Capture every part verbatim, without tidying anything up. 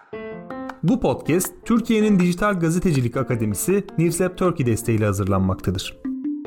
Bu podcast, Türkiye'nin Dijital Gazetecilik Akademisi Newslab Turkey desteğiyle hazırlanmaktadır.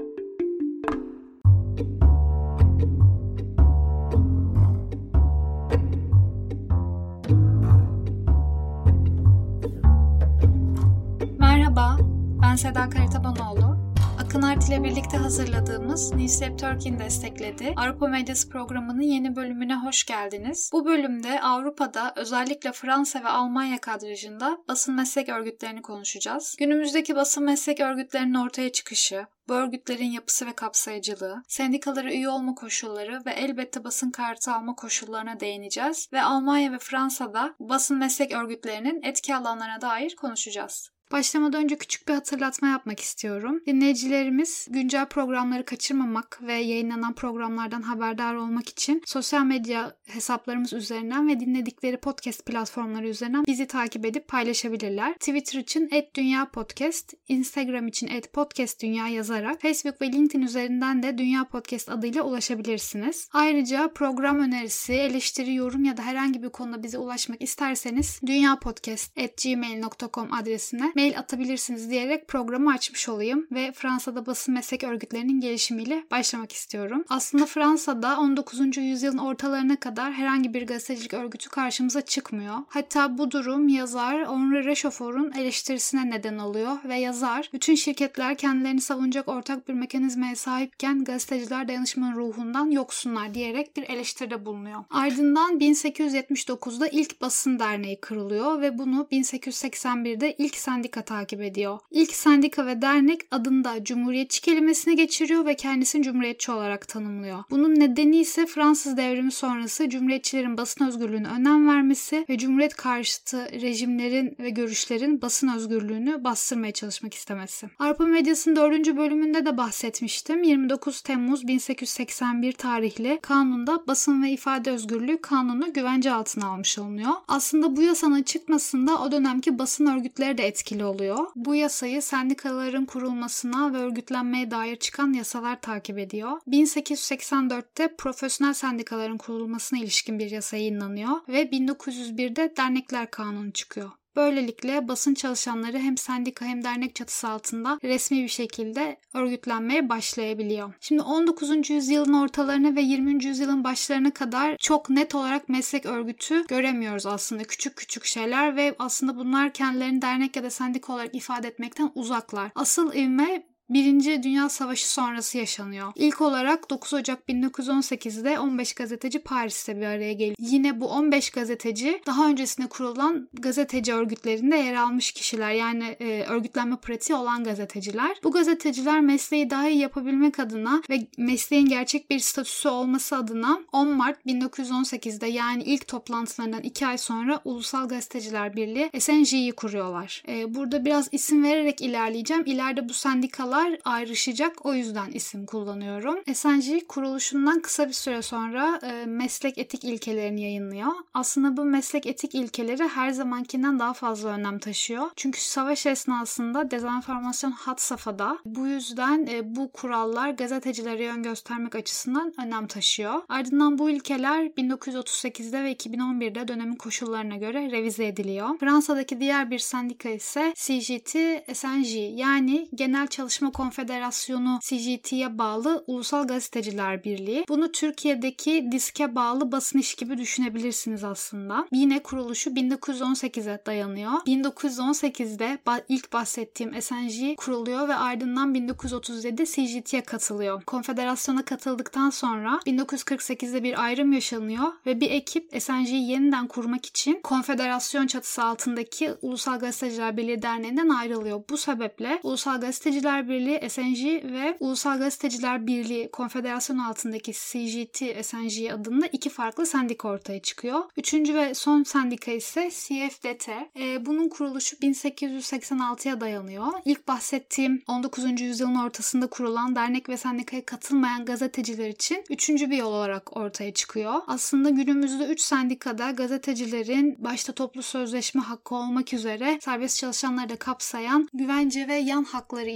Merhaba, ben Seda Karatabanoğlu. Akın Art ile birlikte hazırladığımız Newslab Turkey'in desteklediği Avrupa Medyası programının yeni bölümüne hoş geldiniz. Bu bölümde Avrupa'da özellikle Fransa ve Almanya kadrajında basın meslek örgütlerini konuşacağız. Günümüzdeki basın meslek örgütlerinin ortaya çıkışı, bu örgütlerin yapısı ve kapsayıcılığı, sendikalara üye olma koşulları ve elbette basın kartı alma koşullarına değineceğiz ve Almanya ve Fransa'da basın meslek örgütlerinin etki alanlarına dair konuşacağız. Başlamadan önce küçük bir hatırlatma yapmak istiyorum. Dinleyicilerimiz güncel programları kaçırmamak ve yayınlanan programlardan haberdar olmak için sosyal medya hesaplarımız üzerinden ve dinledikleri podcast platformları üzerinden bizi takip edip paylaşabilirler. Twitter için et dünya podcast, Instagram için et podcast dünya yazarak, Facebook ve LinkedIn üzerinden de Dünya Podcast adıyla ulaşabilirsiniz. Ayrıca program önerisi, eleştiri, yorum ya da herhangi bir konuda bize ulaşmak isterseniz dünyapodcast at gmail dot com adresine mail atabilirsiniz diyerek programı açmış olayım ve Fransa'da basın meslek örgütlerinin gelişimiyle başlamak istiyorum. Aslında Fransa'da on dokuzuncu yüzyılın ortalarına kadar herhangi bir gazetecilik örgütü karşımıza çıkmıyor. Hatta bu durum yazar Henri Rochefort'un eleştirisine neden oluyor ve yazar, bütün şirketler kendilerini savunacak ortak bir mekanizmaya sahipken gazeteciler dayanışmanın ruhundan yoksunlar diyerek bir eleştiride bulunuyor. Ardından bin sekiz yüz yetmiş dokuzda ilk basın derneği kuruluyor ve bunu bin sekiz yüz seksen birde ilk sendika takip ediyor. İlk sendika ve dernek adında Cumhuriyetçi kelimesini geçiriyor ve kendisini Cumhuriyetçi olarak tanımlıyor. Bunun nedeni ise Fransız devrimi sonrası Cumhuriyetçilerin basın özgürlüğüne önem vermesi ve Cumhuriyet karşıtı rejimlerin ve görüşlerin basın özgürlüğünü bastırmaya çalışmak istemesi. Avrupa Medyası'nın dördüncü bölümünde de bahsetmiştim. yirmi dokuz Temmuz bin sekiz yüz seksen bir tarihli kanunda basın ve ifade özgürlüğü kanunu güvence altına almış olunuyor. Aslında bu yasanın çıkmasında o dönemki basın örgütleri de etkili oluyor. Bu yasayı sendikaların kurulmasına ve örgütlenmeye dair çıkan yasalar takip ediyor. bin sekiz yüz seksen dörtte profesyonel sendikaların kurulmasına ilişkin bir yasa yayınlanıyor ve bin dokuz yüz birde dernekler kanunu çıkıyor. Böylelikle basın çalışanları hem sendika hem dernek çatısı altında resmi bir şekilde örgütlenmeye başlayabiliyor. Şimdi on dokuzuncu yüzyılın ortalarına ve yirminci yüzyılın başlarına kadar çok net olarak meslek örgütü göremiyoruz aslında. Küçük küçük şeyler ve aslında bunlar kendilerini dernek ya da sendika olarak ifade etmekten uzaklar. Asıl ivme Birinci Dünya Savaşı sonrası yaşanıyor. İlk olarak dokuz Ocak bin dokuz yüz on sekizde on beş gazeteci Paris'te bir araya geliyor. Yine bu on beş gazeteci daha öncesinde kurulan gazeteci örgütlerinde yer almış kişiler. Yani e, örgütlenme pratiği olan gazeteciler. Bu gazeteciler mesleği daha iyi yapabilmek adına ve mesleğin gerçek bir statüsü olması adına on Mart bin dokuz yüz on sekizde yani ilk toplantılarından iki ay sonra Ulusal Gazeteciler Birliği S N G'yi kuruyorlar. E, burada biraz isim vererek ilerleyeceğim. İleride bu sendikalar ayrışacak. O yüzden isim kullanıyorum. S N G kuruluşundan kısa bir süre sonra e, meslek etik ilkelerini yayınlıyor. Aslında bu meslek etik ilkeleri her zamankinden daha fazla önem taşıyor. Çünkü savaş esnasında dezenformasyon had safhada. Bu yüzden e, bu kurallar gazetecilere yön göstermek açısından önem taşıyor. Ardından bu ilkeler bin dokuz yüz otuz sekizde ve iki bin on birde dönemin koşullarına göre revize ediliyor. Fransa'daki diğer bir sendika ise C G T S N G yani Genel Çalışma Konfederasyonu C G T'ye bağlı Ulusal Gazeteciler Birliği. Bunu Türkiye'deki diske bağlı basın işi gibi düşünebilirsiniz aslında. Yine kuruluşu bin dokuz yüz on sekize dayanıyor. bin dokuz yüz on sekizde ilk bahsettiğim S N G kuruluyor ve ardından bin dokuz yüz otuz yedide C G T'ye katılıyor. Konfederasyona katıldıktan sonra bin dokuz yüz kırk sekizde bir ayrım yaşanıyor ve bir ekip S N G'yi yeniden kurmak için konfederasyon çatısı altındaki Ulusal Gazeteciler Birliği Derneği'nden ayrılıyor. Bu sebeple Ulusal Gazeteciler Birliği, S N G ve Ulusal Gazeteciler Birliği Konfederasyon altındaki C G T S N G adında iki farklı sendika ortaya çıkıyor. Üçüncü ve son sendika ise C F D T. E, bunun kuruluşu bin sekiz yüz seksen altıya dayanıyor. İlk bahsettiğim on dokuzuncu yüzyılın ortasında kurulan dernek ve sendikaya katılmayan gazeteciler için üçüncü bir yol olarak ortaya çıkıyor. Aslında günümüzde üç sendikada gazetecilerin başta toplu sözleşme hakkı olmak üzere serbest çalışanları da kapsayan güvence ve yan hakları için çalışmalar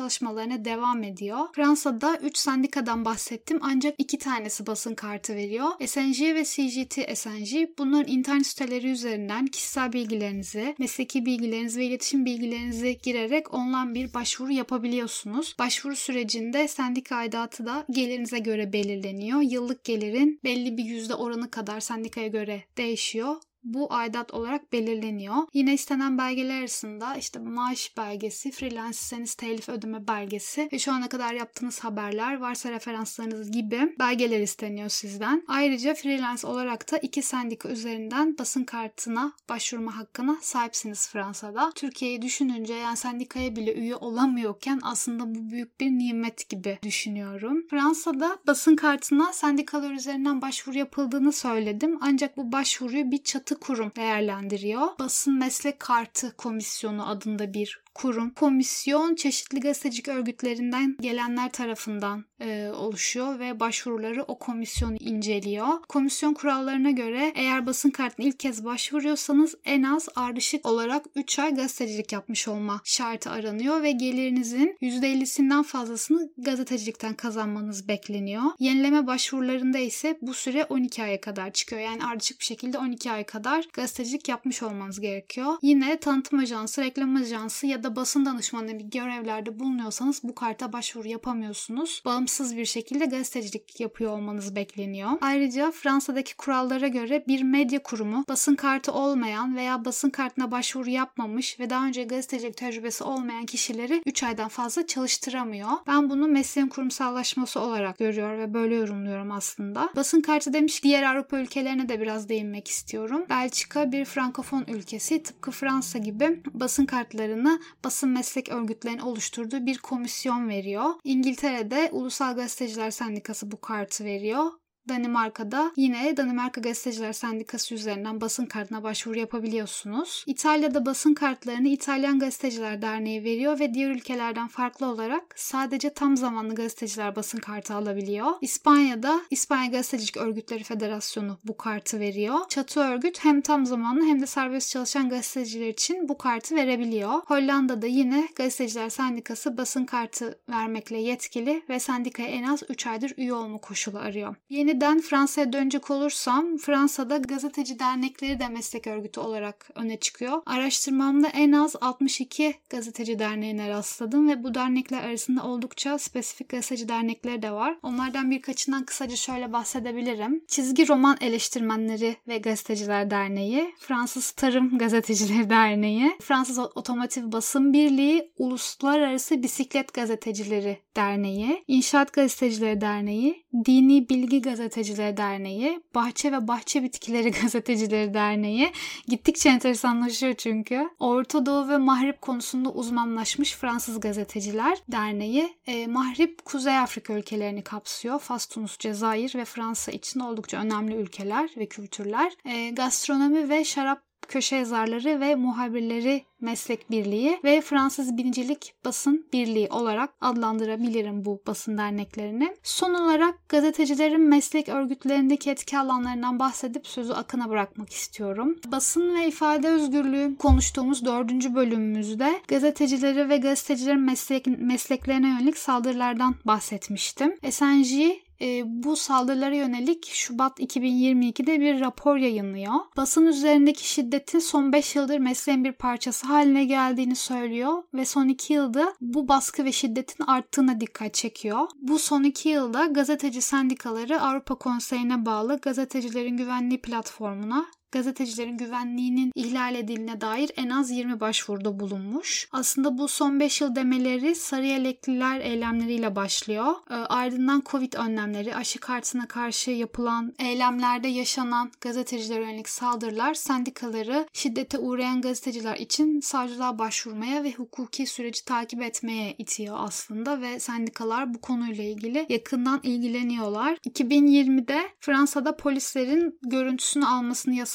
çalışmalarına devam ediyor. Fransa'da üç sendikadan bahsettim ancak iki tanesi basın kartı veriyor. S N J ve C G T S N J bunların internet siteleri üzerinden kişisel bilgilerinizi, mesleki bilgilerinizi ve iletişim bilgilerinizi girerek online bir başvuru yapabiliyorsunuz. Başvuru sürecinde sendika aidatı da gelirinize göre belirleniyor. Yıllık gelirin belli bir yüzde oranı kadar sendikaya göre değişiyor. Bu aidat olarak belirleniyor. Yine istenen belgeler arasında işte maaş belgesi, freelancerseniz telif ödeme belgesi ve şu ana kadar yaptığınız haberler, varsa referanslarınız gibi belgeler isteniyor sizden. Ayrıca freelance olarak da iki sendika üzerinden basın kartına başvurma hakkına sahipsiniz Fransa'da. Türkiye'yi düşününce yani sendikaya bile üye olamıyorken aslında bu büyük bir nimet gibi düşünüyorum. Fransa'da basın kartına sendikalar üzerinden başvuru yapıldığını söyledim. Ancak bu başvuruyu bir çatı kurum değerlendiriyor. Basın Meslek Kartı Komisyonu adında bir kurum. Komisyon çeşitli gazetecilik örgütlerinden gelenler tarafından e, oluşuyor ve başvuruları o komisyon inceliyor. Komisyon kurallarına göre eğer basın kartına ilk kez başvuruyorsanız en az ardışık olarak üç ay gazetecilik yapmış olma şartı aranıyor ve gelirinizin yüzde ellisinden fazlasını gazetecilikten kazanmanız bekleniyor. Yenileme başvurularında ise bu süre on iki aya kadar çıkıyor. Yani ardışık bir şekilde on iki ay kadar gazetecilik yapmış olmanız gerekiyor. Yine tanıtım ajansı, reklam ajansı ya da basın danışmanı gibi görevlerde bulunuyorsanız bu karta başvuru yapamıyorsunuz. Bağımsız bir şekilde gazetecilik yapıyor olmanız bekleniyor. Ayrıca Fransa'daki kurallara göre bir medya kurumu basın kartı olmayan veya basın kartına başvuru yapmamış ve daha önce gazetecilik tecrübesi olmayan kişileri üç aydan fazla çalıştıramıyor. Ben bunu mesleğin kurumsallaşması olarak görüyor ve böyle yorumluyorum aslında. Basın kartı demiş, diğer Avrupa ülkelerine de biraz değinmek istiyorum. Belçika bir frankofon ülkesi. Tıpkı Fransa gibi basın kartlarını basın meslek örgütlerinin oluşturduğu bir komisyon veriyor. İngiltere'de Ulusal Gazeteciler Sendikası bu kartı veriyor. Danimarka'da yine Danimarka Gazeteciler Sendikası üzerinden basın kartına başvuru yapabiliyorsunuz. İtalya'da basın kartlarını İtalyan Gazeteciler Derneği veriyor ve diğer ülkelerden farklı olarak sadece tam zamanlı gazeteciler basın kartı alabiliyor. İspanya'da İspanya Gazetecilik Örgütleri Federasyonu bu kartı veriyor. Çatı örgüt hem tam zamanlı hem de serbest çalışan gazeteciler için bu kartı verebiliyor. Hollanda'da yine Gazeteciler Sendikası basın kartı vermekle yetkili ve sendikaya en az üç aydır üye olma koşulu arıyor. Yeni Yeniden Fransa'ya dönecek olursam, Fransa'da gazeteci dernekleri de meslek örgütü olarak öne çıkıyor. Araştırmamda en az altmış iki gazeteci derneğine rastladım ve bu dernekler arasında oldukça spesifik gazeteci dernekleri de var. Onlardan birkaçından kısaca şöyle bahsedebilirim. Çizgi Roman Eleştirmenleri ve Gazeteciler Derneği, Fransız Tarım Gazetecileri Derneği, Fransız Otomotiv Basın Birliği, Uluslararası Bisiklet Gazetecileri Derneği, İnşaat Gazetecileri Derneği, Dini Bilgi Gazetecileri Derneği, Bahçe ve Bahçe Bitkileri Gazetecileri Derneği. Gittikçe enteresanlaşıyor çünkü. Orta Doğu ve Mahrib konusunda uzmanlaşmış Fransız Gazeteciler Derneği. E, Mahrib, Kuzey Afrika ülkelerini kapsıyor. Fas, Tunus, Cezayir ve Fransa için oldukça önemli ülkeler ve kültürler. E, gastronomi ve şarap köşe yazarları ve muhabirleri meslek birliği ve Fransız Binicilik Basın Birliği olarak adlandırabilirim bu basın derneklerini. Son olarak gazetecilerin meslek örgütlerindeki etki alanlarından bahsedip sözü Akın'a bırakmak istiyorum. Basın ve ifade özgürlüğü konuştuğumuz dördüncü bölümümüzde gazetecileri ve gazetecilerin meslek, mesleklerine yönelik saldırılardan bahsetmiştim. S N G E, bu saldırılara yönelik Şubat iki bin yirmi ikide bir rapor yayınlıyor. Basın üzerindeki şiddetin son beş yıldır mesleğin bir parçası haline geldiğini söylüyor ve son iki yılda bu baskı ve şiddetin arttığına dikkat çekiyor. Bu son iki yılda gazeteci sendikaları Avrupa Konseyi'ne bağlı Gazetecilerin Güvenliği platformuna gazetecilerin güvenliğinin ihlal edildiğine dair en az yirmi başvuruda bulunmuş. Aslında bu son beş yıl demeleri sarı yelekliler eylemleriyle başlıyor. E, ardından Covid önlemleri, aşı kartına karşı yapılan eylemlerde yaşanan gazetecilere yönelik saldırılar sendikaları şiddete uğrayan gazeteciler için savcılığa başvurmaya ve hukuki süreci takip etmeye itiyor aslında ve sendikalar bu konuyla ilgili yakından ilgileniyorlar. iki bin yirmide Fransa'da polislerin görüntüsünü almasını yasak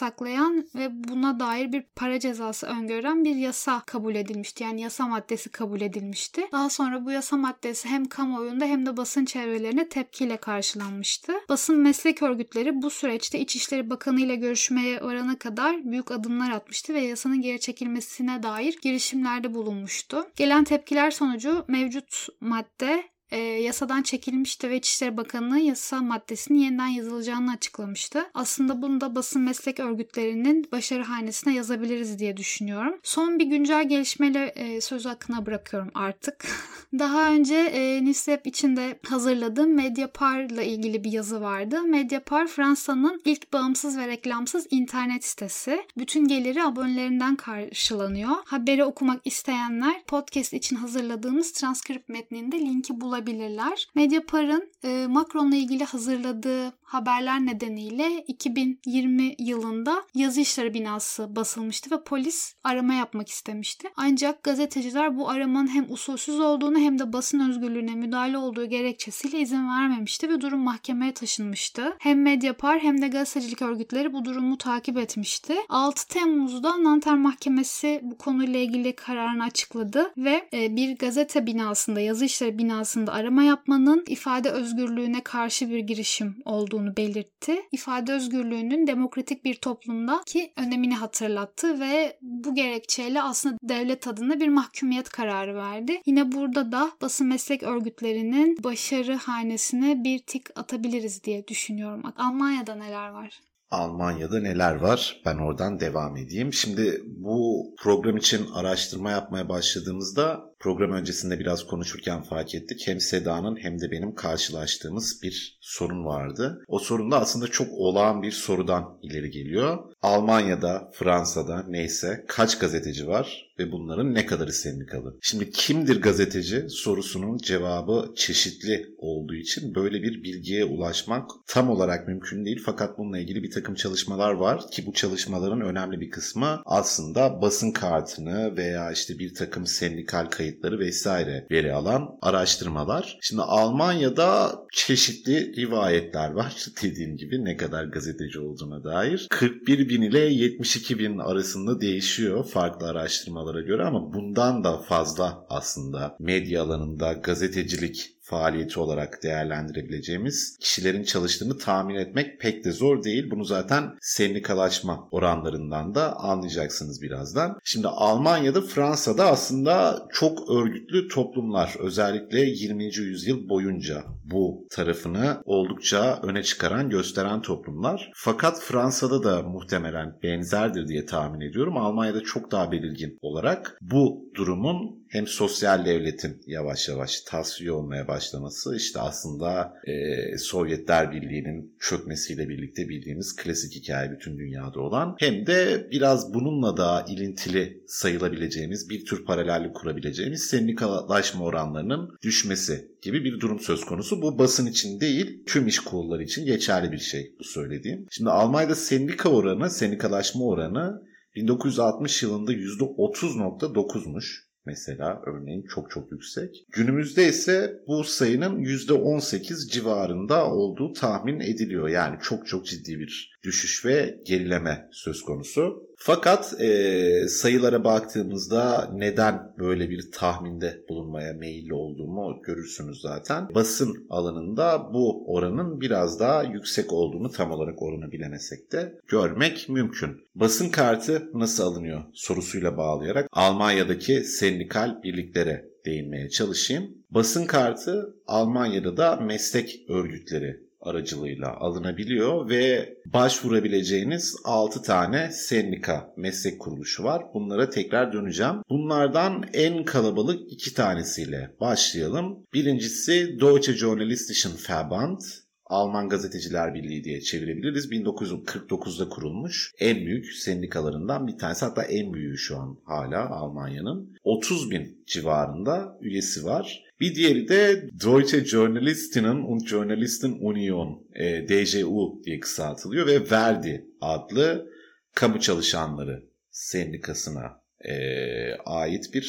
yasaklayan ve buna dair bir para cezası öngören bir yasa kabul edilmişti. Yani yasa maddesi kabul edilmişti. Daha sonra bu yasa maddesi hem kamuoyunda hem de basın çevrelerine tepkiyle karşılanmıştı. Basın meslek örgütleri bu süreçte İçişleri Bakanı ile görüşmeye varana kadar büyük adımlar atmıştı ve yasanın geri çekilmesine dair girişimlerde bulunmuştu. Gelen tepkiler sonucu mevcut madde E, yasadan çekilmişti ve İçişleri Bakanı yasa maddesinin yeniden yazılacağını açıklamıştı. Aslında bunu da basın meslek örgütlerinin başarı hanesine yazabiliriz diye düşünüyorum. Son bir güncel gelişmeyle e, söz hakkına bırakıyorum artık. Daha önce e, Nifsep için de hazırladığım Mediapart'la ilgili bir yazı vardı. Mediapart Fransa'nın ilk bağımsız ve reklamsız internet sitesi. Bütün geliri abonelerinden karşılanıyor. Haberi okumak isteyenler podcast için hazırladığımız transkript metninde linki bulabilirler. Mediapart'ın e, Macron'la ilgili hazırladığı haberler nedeniyle iki bin yirmi yılında yazı işleri binası basılmıştı ve polis arama yapmak istemişti. Ancak gazeteciler bu aramanın hem usulsüz olduğunu hem de basın özgürlüğüne müdahale olduğu gerekçesiyle izin vermemişti ve durum mahkemeye taşınmıştı. Hem Mediapart hem de gazetecilik örgütleri bu durumu takip etmişti. altı Temmuz'da Nanterre Mahkemesi bu konuyla ilgili kararını açıkladı ve e, bir gazete binasında, yazı işleri binasında arama yapmanın ifade özgürlüğüne karşı bir girişim olduğunu belirtti. İfade özgürlüğünün demokratik bir toplumdaki önemini hatırlattı ve bu gerekçeyle aslında devlet adına bir mahkumiyet kararı verdi. Yine burada da basın meslek örgütlerinin başarı hanesine bir tik atabiliriz diye düşünüyorum. Almanya'da neler var? Almanya'da neler var? Ben oradan devam edeyim. Şimdi bu program için araştırma yapmaya başladığımızda program öncesinde biraz konuşurken fark ettik. Hem Seda'nın hem de benim karşılaştığımız bir sorun vardı. O sorun da aslında çok olağan bir sorudan ileri geliyor. Almanya'da, Fransa'da neyse kaç gazeteci var ve bunların ne kadarı sendikalı? Şimdi kimdir gazeteci sorusunun cevabı çeşitli olduğu için böyle bir bilgiye ulaşmak tam olarak mümkün değil. Fakat bununla ilgili bir takım çalışmalar var ki bu çalışmaların önemli bir kısmı aslında basın kartını veya işte bir takım sendikal kayıtları vesaire veri alan araştırmalar. Şimdi Almanya'da çeşitli rivayetler var. Dediğim gibi ne kadar gazeteci olduğuna dair. kırk bir bin ile yetmiş iki bin arasında değişiyor farklı araştırmalara göre ama bundan da fazla aslında medya alanında gazetecilik faaliyeti olarak değerlendirebileceğimiz kişilerin çalıştığını tahmin etmek pek de zor değil. Bunu zaten sendikalaşma oranlarından da anlayacaksınız birazdan. Şimdi Almanya'da, Fransa'da aslında çok örgütlü toplumlar, özellikle yirminci yüzyıl boyunca bu tarafını oldukça öne çıkaran, gösteren toplumlar. Fakat Fransa'da da muhtemelen benzerdir diye tahmin ediyorum. Almanya'da çok daha belirgin olarak bu durumun hem sosyal devletin yavaş yavaş tasfiye olmaya başlaması, işte aslında e, Sovyetler Birliği'nin çökmesiyle birlikte bildiğimiz klasik hikaye bütün dünyada olan, hem de biraz bununla da ilintili sayılabileceğimiz, bir tür paralellik kurabileceğimiz sendikalaşma oranlarının düşmesi gibi bir durum söz konusu. Bu basın için değil, tüm iş kolları için geçerli bir şey bu söylediğim. Şimdi Almanya'da sendika oranı, sendikalaşma oranı bin dokuz yüz altmış yılında yüzde otuz virgül dokuzmuş. Mesela örneğin çok çok yüksek. Günümüzde ise bu sayının yüzde on sekiz civarında olduğu tahmin ediliyor. Yani çok çok ciddi bir düşüş ve gerileme söz konusu. Fakat e, sayılara baktığımızda neden böyle bir tahminde bulunmaya meyilli olduğumu görürsünüz zaten. Basın alanında bu oranın biraz daha yüksek olduğunu tam olarak oranı bilemesek de görmek mümkün. Basın kartı nasıl alınıyor sorusuyla bağlayarak Almanya'daki sendikal birliklere değinmeye çalışayım. Basın kartı Almanya'da da meslek örgütleri aracılığıyla alınabiliyor ve başvurabileceğiniz altı tane sendika, meslek kuruluşu var. Bunlara tekrar döneceğim. Bunlardan en kalabalık iki tanesiyle başlayalım. Birincisi Deutsche Journalistischen Verband, Alman Gazeteciler Birliği diye çevirebiliriz. bin dokuz yüz kırk dokuzda kurulmuş en büyük sendikalarından bir tanesi, hatta en büyüğü şu an hala Almanya'nın. otuz bin civarında üyesi var. Bir diğeri de Deutsche Journalistinnen und Journalisten Union, D J U diye kısaltılıyor ve Verdi adlı kamu çalışanları sendikasına e, ait bir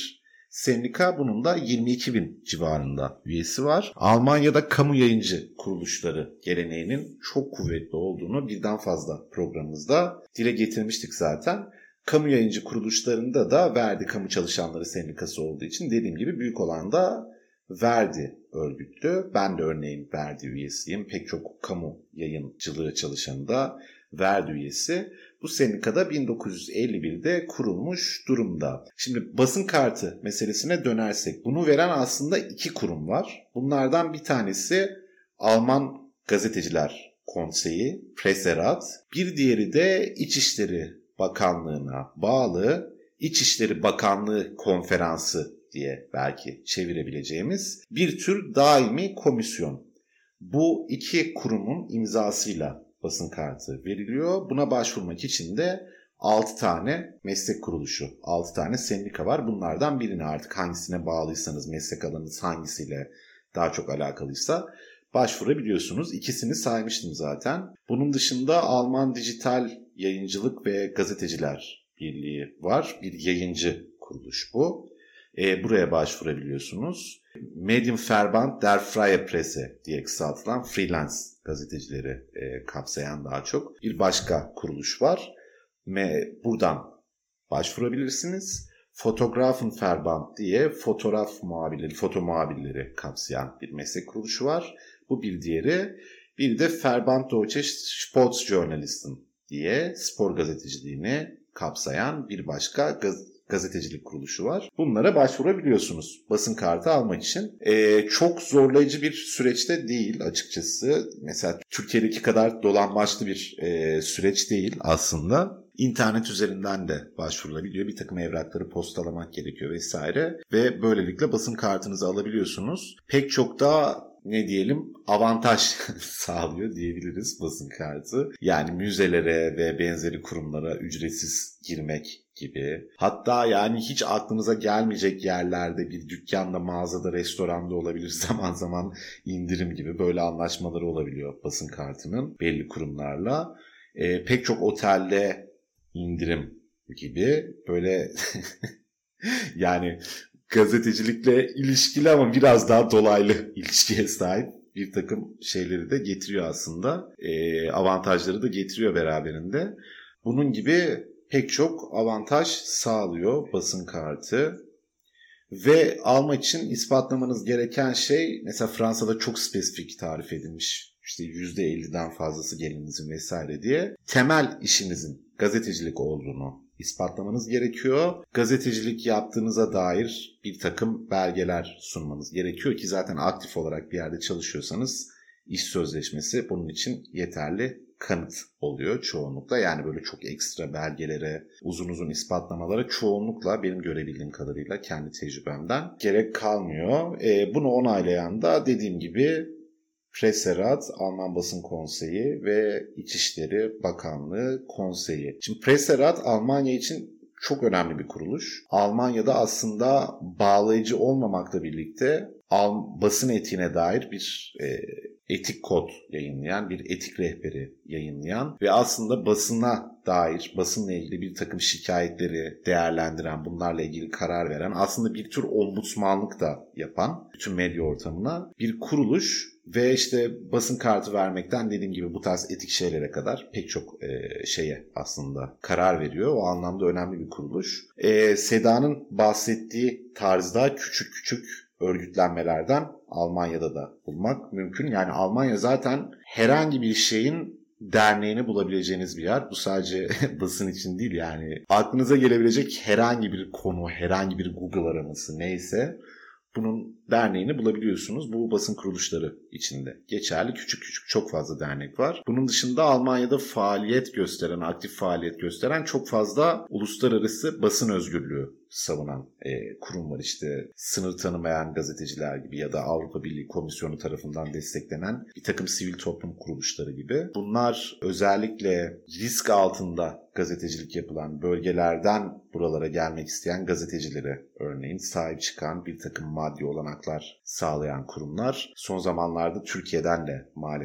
Sendika bunun da yirmi iki bin civarında üyesi var. Almanya'da kamu yayıncı kuruluşları geleneğinin çok kuvvetli olduğunu birden fazla programımızda dile getirmiştik zaten. Kamu yayıncı kuruluşlarında da Verdi Kamu Çalışanları Sendikası olduğu için dediğim gibi büyük olan da Verdi örgütü. Ben de örneğin Verdi üyesiyim. Pek çok kamu yayıncılığı çalışanında Verdi üyesi. Bu sendikada bin dokuz yüz elli birde kurulmuş durumda. Şimdi basın kartı meselesine dönersek, bunu veren aslında iki kurum var. Bunlardan bir tanesi Alman Gazeteciler Konseyi, Presserat. Bir diğeri de İçişleri Bakanlığı'na bağlı İçişleri Bakanlığı Konferansı diye belki çevirebileceğimiz bir tür daimi komisyon. Bu iki kurumun imzasıyla basın kartı veriliyor. Buna başvurmak için de altı tane meslek kuruluşu, altı tane sendika var. Bunlardan birine, artık hangisine bağlıysanız, meslek alanınız hangisiyle daha çok alakalıysa başvurabiliyorsunuz. İkisini saymıştım zaten. Bunun dışında Alman Dijital Yayıncılık ve Gazeteciler Birliği var. Bir yayıncı kuruluş bu. E, buraya başvurabiliyorsunuz. Medienverband der Freie Presse diye kısaltılan freelance gazetecileri e, kapsayan daha çok bir başka kuruluş var. Ve buradan başvurabilirsiniz. Fotografenverband diye fotoğraf muhabirleri, foto muhabirleri kapsayan bir meslek kuruluşu var. Bu bir diğeri. Bir de Verband Deutsche Sportjournalisten diye spor gazeteciliğini kapsayan bir başka gaz- gazetecilik kuruluşu var. Bunlara başvurabiliyorsunuz basın kartı almak için. Ee, çok zorlayıcı bir süreçte değil açıkçası. Mesela Türkiye'deki kadar dolambaçlı bir e, süreç değil aslında. İnternet üzerinden de başvurulabiliyor. Bir takım evrakları postalamak gerekiyor vesaire. Ve böylelikle basın kartınızı alabiliyorsunuz. Pek çok da ne diyelim avantaj sağlıyor diyebiliriz basın kartı. Yani müzelere ve benzeri kurumlara ücretsiz girmek gibi. Hatta yani hiç aklınıza gelmeyecek yerlerde bir dükkanda, mağazada, restoranda olabilir, zaman zaman indirim gibi böyle anlaşmaları olabiliyor basın kartının belli kurumlarla. E, pek çok otelde indirim gibi böyle yani gazetecilikle ilişkili ama biraz daha dolaylı ilişkiye sahip bir takım şeyleri de getiriyor aslında. E, avantajları da getiriyor beraberinde. Bunun gibi pek çok avantaj sağlıyor basın kartı. Ve almak için ispatlamanız gereken şey, mesela Fransa'da çok spesifik tarif edilmiş. İşte yüzde elliden fazlası gelirinizin vesaire diye. Temel işinizin gazetecilik olduğunu ispatlamanız gerekiyor. Gazetecilik yaptığınıza dair bir takım belgeler sunmanız gerekiyor ki zaten aktif olarak bir yerde çalışıyorsanız iş sözleşmesi bunun için yeterli kanıt oluyor çoğunlukla. Yani böyle çok ekstra belgelere, uzun uzun ispatlamalara çoğunlukla benim görebildiğim kadarıyla kendi tecrübemden gerek kalmıyor. E, bunu onaylayan da dediğim gibi Presserat, Alman Basın Konseyi ve İçişleri Bakanlığı Konseyi. Şimdi Presserat Almanya için çok önemli bir kuruluş. Almanya'da aslında bağlayıcı olmamakla birlikte basın etiğine dair bir e, etik kod yayınlayan, bir etik rehberi yayınlayan ve aslında basına dair, basınla ilgili bir takım şikayetleri değerlendiren, bunlarla ilgili karar veren, aslında bir tür ombudsmanlık da yapan bütün medya ortamına bir kuruluş. Ve işte basın kartı vermekten dediğim gibi bu tarz etik şeylere kadar pek çok e, şeye aslında karar veriyor. O anlamda önemli bir kuruluş. E, Seda'nın bahsettiği tarzda küçük küçük örgütlenmelerden Almanya'da da bulmak mümkün. Yani Almanya zaten herhangi bir şeyin derneğini bulabileceğiniz bir yer. Bu sadece basın için değil yani. Aklınıza gelebilecek herhangi bir konu, herhangi bir Google araması neyse bunun derneğini bulabiliyorsunuz. Bu basın kuruluşları içinde geçerli. Küçük küçük çok fazla dernek var. Bunun dışında Almanya'da faaliyet gösteren, aktif faaliyet gösteren çok fazla uluslararası basın özgürlüğü savunan e, kurum var. İşte sınır tanımayan gazeteciler gibi ya da Avrupa Birliği Komisyonu tarafından desteklenen bir takım sivil toplum kuruluşları gibi. Bunlar özellikle risk altında gazetecilik yapılan bölgelerden buralara gelmek isteyen gazetecilere örneğin sahip çıkan, bir takım maddi olanaklar sağlayan kurumlar. Son zamanlarda Türkiye'den de maalesef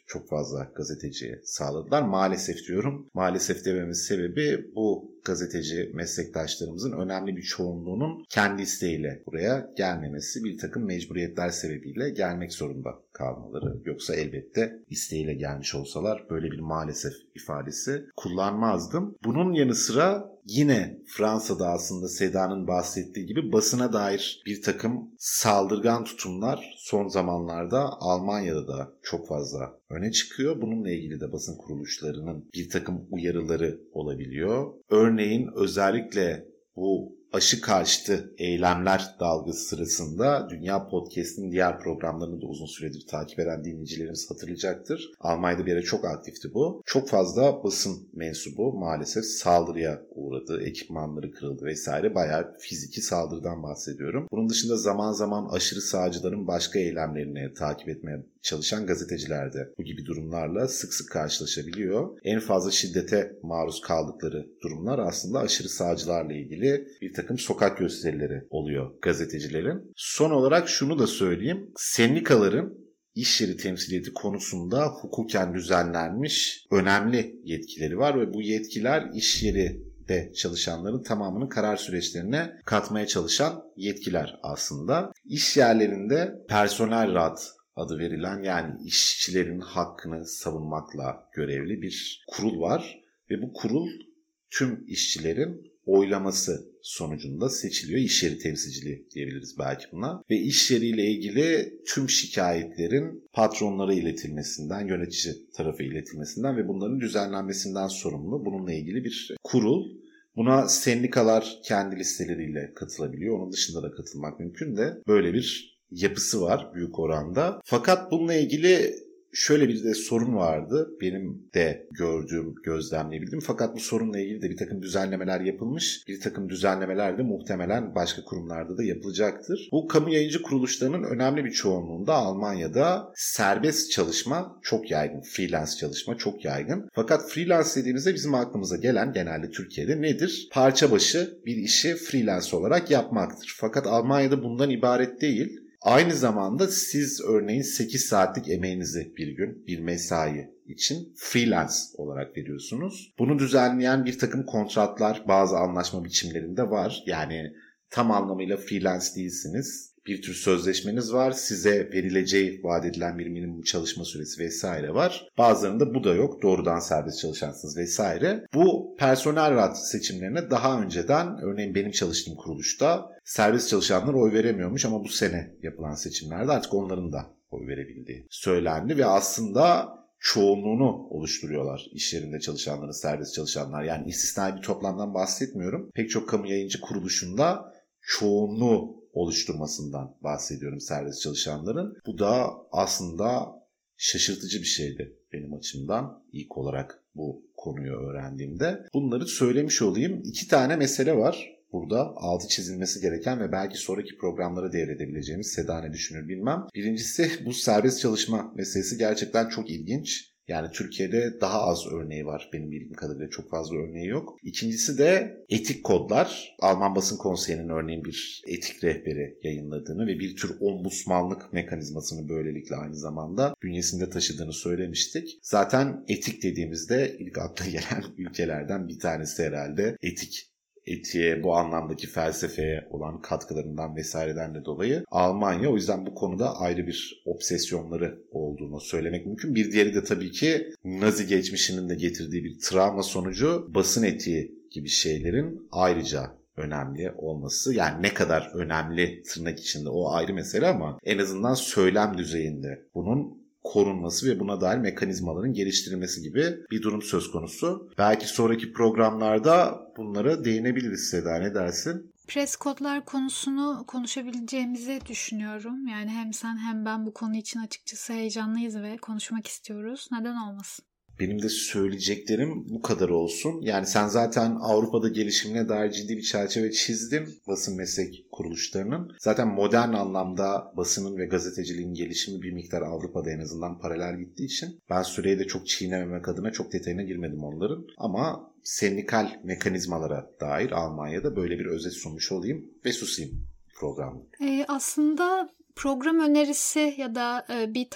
çok fazla gazeteciye sağladılar. Maalesef diyorum. Maalesef dememin sebebi bu gazeteci meslektaşlarımızın önemli bir çoğunluğunun kendi isteğiyle buraya gelmemesi, bir takım mecburiyetler sebebiyle gelmek zorunda kalmaları. Yoksa elbette isteğiyle gelmiş olsalar böyle bir maalesef ifadesi kullanmazdım. Bunun yanı sıra yine Fransa'da aslında Seda'nın bahsettiği gibi basına dair bir takım saldırgan tutumlar son zamanlarda Almanya'da da çok fazla öne çıkıyor. Bununla ilgili de basın kuruluşlarının bir takım uyarıları olabiliyor. Örneğin özellikle bu aşı karşıtı eylemler dalgası sırasında Dünya Podcast'in diğer programlarını da uzun süredir takip eden dinleyicilerimiz hatırlayacaktır. Almanya'da bir ara çok aktifti bu. Çok fazla basın mensubu maalesef saldırıya uğradı, ekipmanları kırıldı vesaire. Bayağı fiziki saldırıdan bahsediyorum. Bunun dışında zaman zaman aşırı sağcıların başka eylemlerini takip etmeye çalışan gazeteciler de bu gibi durumlarla sık sık karşılaşabiliyor. En fazla şiddete maruz kaldıkları durumlar aslında aşırı sağcılarla ilgili bir takım sokak gösterileri oluyor gazetecilerin. Son olarak şunu da söyleyeyim. Sendikaların iş yeri temsiliyeti konusunda hukuken düzenlenmiş önemli yetkileri var ve bu yetkiler iş yeri de çalışanların tamamının karar süreçlerine katmaya çalışan yetkiler aslında. İş yerlerinde personel rahat adı verilen, yani işçilerin hakkını savunmakla görevli bir kurul var ve bu kurul tüm işçilerin oylaması sonucunda seçiliyor. İş yeri temsilciliği diyebiliriz belki buna. Ve iş yeriyle ilgili tüm şikayetlerin patronlara iletilmesinden, yönetici tarafı iletilmesinden ve bunların düzenlenmesinden sorumlu. Bununla ilgili bir kurul. Buna sendikalar kendi listeleriyle katılabiliyor. Onun dışında da katılmak mümkün de böyle bir yapısı var büyük oranda. Fakat bununla ilgili şöyle bir de sorun vardı. Benim de gördüğüm, gözlemleyebildiğim. Fakat bu sorunla ilgili de bir takım düzenlemeler yapılmış. Bir takım düzenlemeler de muhtemelen başka kurumlarda da yapılacaktır. Bu kamu yayıncı kuruluşlarının önemli bir çoğunluğunda Almanya'da serbest çalışma çok yaygın. Freelance çalışma çok yaygın. Fakat freelance dediğimizde bizim aklımıza gelen genelde Türkiye'de nedir? Parça başı bir işi freelance olarak yapmaktır. Fakat Almanya'da bundan ibaret değil. Aynı zamanda siz örneğin sekiz saatlik emeğinizi bir gün, bir mesai için freelance olarak veriyorsunuz. Bunu düzenleyen bir takım kontratlar bazı anlaşma biçimlerinde var. Yani tam anlamıyla freelance değilsiniz. Bir tür sözleşmeniz var. Size verileceği vaat edilen bir minimum çalışma süresi vesaire var. Bazılarında bu da yok. Doğrudan serbest çalışansınız vesaire. Bu personel rahat seçimlerine daha önceden, örneğin benim çalıştığım kuruluşta serbest çalışanlar oy veremiyormuş ama bu sene yapılan seçimlerde artık onların da oy verebildiği söylendi ve aslında çoğunluğunu oluşturuyorlar iş yerinde çalışanların, serbest çalışanlar. Yani istisnai bir toplamdan bahsetmiyorum. Pek çok kamu yayıncı kuruluşunda çoğunluğu oluşturmasından bahsediyorum serbest çalışanların. Bu da aslında şaşırtıcı bir şeydi benim açımdan ilk olarak bu konuyu öğrendiğimde. Bunları söylemiş olayım. İki tane mesele var burada altı çizilmesi gereken ve belki sonraki programlara devredebileceğimiz. Seda ne düşünür bilmem. Birincisi, bu serbest çalışma meselesi gerçekten çok ilginç. Yani Türkiye'de daha az örneği var. Benim bildiğim kadarıyla çok fazla örneği yok. İkincisi de etik kodlar. Alman Basın Konseyi'nin örneğin bir etik rehberi yayınladığını ve bir tür ombudsmanlık mekanizmasını böylelikle aynı zamanda bünyesinde taşıdığını söylemiştik. Zaten etik dediğimizde ilk akla gelen ülkelerden bir tanesi herhalde etik. Etiğe, bu anlamdaki felsefeye olan katkılarından vesaireden de dolayı Almanya. O yüzden bu konuda ayrı bir obsesyonları olduğunu söylemek mümkün. Bir diğeri de tabii ki Nazi geçmişinin de getirdiği bir travma sonucu basın etiği gibi şeylerin ayrıca önemli olması. Yani ne kadar önemli tırnak içinde o ayrı mesele ama en azından söylem düzeyinde bunun korunması ve buna dair mekanizmaların geliştirilmesi gibi bir durum söz konusu. Belki sonraki programlarda bunlara değinebiliriz Seda, ne dersin? Pres kodlar konusunu konuşabileceğimizi düşünüyorum. Yani hem sen hem ben bu konu için açıkçası heyecanlıyız ve konuşmak istiyoruz. Neden olmasın? Benim de söyleyeceklerim bu kadar olsun. Yani sen zaten Avrupa'da gelişimine dair ciddi bir çerçeve çizdin basın meslek kuruluşlarının. Zaten modern anlamda basının ve gazeteciliğin gelişimi bir miktar Avrupa'da en azından paralel gittiği için ben süreyi de çok çiğnememek adına çok detayına girmedim onların. Ama sendikal mekanizmalara dair Almanya'da böyle bir özet sunmuş olayım ve susayım programda. Ee, aslında program önerisi ya da e, bir talep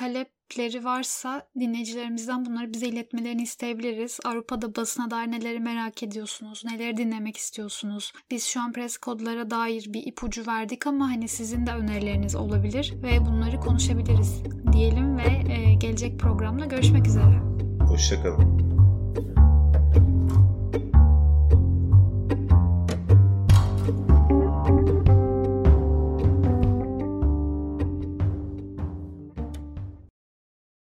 önerileri varsa dinleyicilerimizden bunları bize iletmelerini isteyebiliriz. Avrupa'da basına dair neleri merak ediyorsunuz, neleri dinlemek istiyorsunuz? Biz şu an press kodlara dair bir ipucu verdik ama hani sizin de önerileriniz olabilir ve bunları konuşabiliriz diyelim ve gelecek programda görüşmek üzere. Hoşça kalın.